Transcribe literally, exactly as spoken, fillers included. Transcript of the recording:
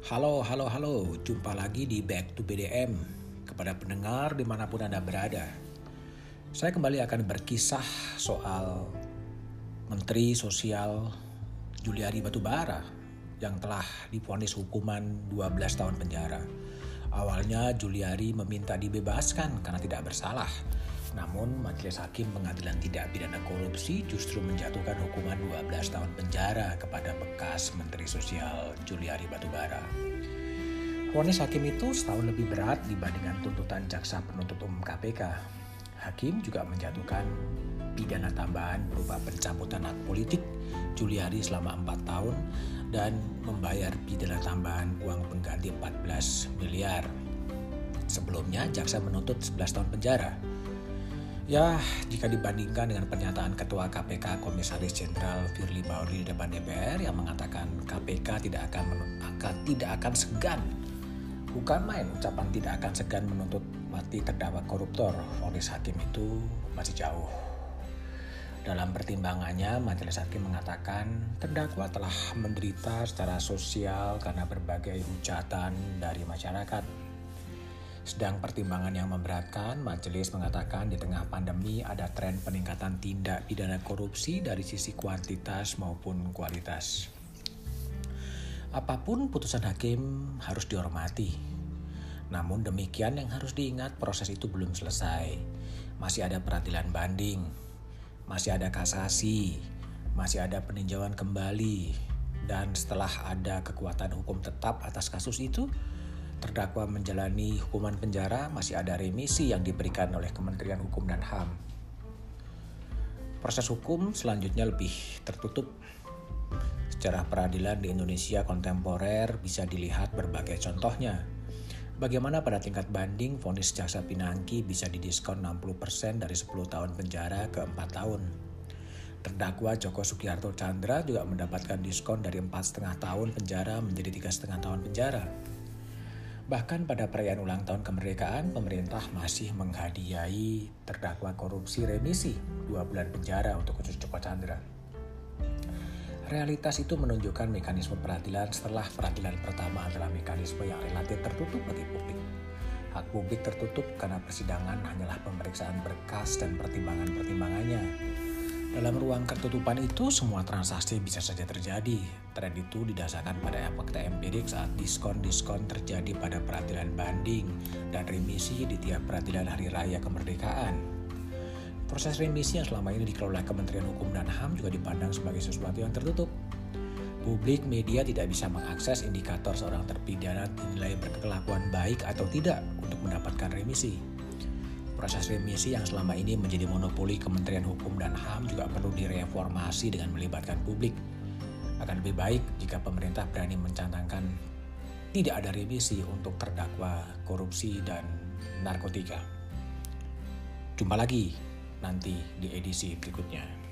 Halo, halo, halo. Jumpa lagi di Back to B D M. Kepada pendengar dimanapun Anda berada. Saya kembali akan berkisah soal Menteri Sosial Juliari Batubara yang telah divonis hukuman dua belas tahun penjara. Awalnya Juliari meminta dibebaskan karena tidak bersalah. Namun Majelis Hakim Pengadilan Tindak Pidana Korupsi justru menjatuhkan hukuman dua belas tahun penjara kepada bekas Menteri Sosial Juliari Batubara. Vonis hakim itu setahun lebih berat dibandingkan tuntutan jaksa penuntut umum K P K. Hakim juga menjatuhkan pidana tambahan berupa pencabutan hak politik Juliari selama empat tahun dan membayar pidana tambahan uang pengganti empat belas miliar. Sebelumnya jaksa menuntut sebelas tahun penjara. Ya, jika dibandingkan dengan pernyataan Ketua K P K Komisaris Jenderal Firly Bahuri di depan D P R yang mengatakan K P K tidak akan menun- akan tidak akan segan, bukan main ucapan tidak akan segan menuntut mati terdakwa koruptor, vonis hakim itu masih jauh. Dalam pertimbangannya, Majelis Hakim mengatakan terdakwa telah menderita secara sosial karena berbagai hujatan dari masyarakat. Sedang pertimbangan yang memberatkan, majelis mengatakan di tengah pandemi ada tren peningkatan tindak pidana korupsi dari sisi kuantitas maupun kualitas. Apapun putusan hakim harus dihormati. Namun demikian yang harus diingat, proses itu belum selesai. Masih ada peradilan banding, masih ada kasasi, masih ada peninjauan kembali. Dan setelah ada kekuatan hukum tetap atas kasus itu, terdakwa menjalani hukuman penjara, masih ada remisi yang diberikan oleh Kementerian Hukum dan H A M. Proses hukum selanjutnya lebih tertutup. Sejarah peradilan di Indonesia kontemporer bisa dilihat berbagai contohnya. Bagaimana pada tingkat banding, vonis jaksa Pinangki bisa didiskon enam puluh persen dari sepuluh tahun penjara ke empat tahun. Terdakwa Joko Sugiharto Tjandra juga mendapatkan diskon dari empat setengah tahun penjara menjadi tiga setengah tahun penjara. Bahkan pada perayaan ulang tahun kemerdekaan, pemerintah masih menghadiahi terdakwa korupsi remisi dua bulan penjara untuk khusus Joko Tjandra. Realitas itu menunjukkan mekanisme peradilan setelah peradilan pertama adalah mekanisme yang relatif tertutup bagi publik. Hak publik tertutup karena persidangan hanyalah pemeriksaan berkas dan pertimbangan-pertimbangannya. Dalam ruang ketutupan itu, semua transaksi bisa saja terjadi. Tren itu didasarkan pada fakta empirik saat diskon-diskon terjadi pada peradilan banding dan remisi di tiap peradilan hari raya kemerdekaan. Proses remisi yang selama ini dikelola Kementerian Hukum dan H A M juga dipandang sebagai sesuatu yang tertutup. Publik media tidak bisa mengakses indikator seorang terpidana dinilai berkelakuan baik atau tidak untuk mendapatkan remisi. Proses remisi yang selama ini menjadi monopoli Kementerian Hukum dan H A M juga perlu direformasi dengan melibatkan publik. Akan lebih baik jika pemerintah berani mencantangkan tidak ada remisi untuk terdakwa korupsi dan narkotika. Jumpa lagi nanti di edisi berikutnya.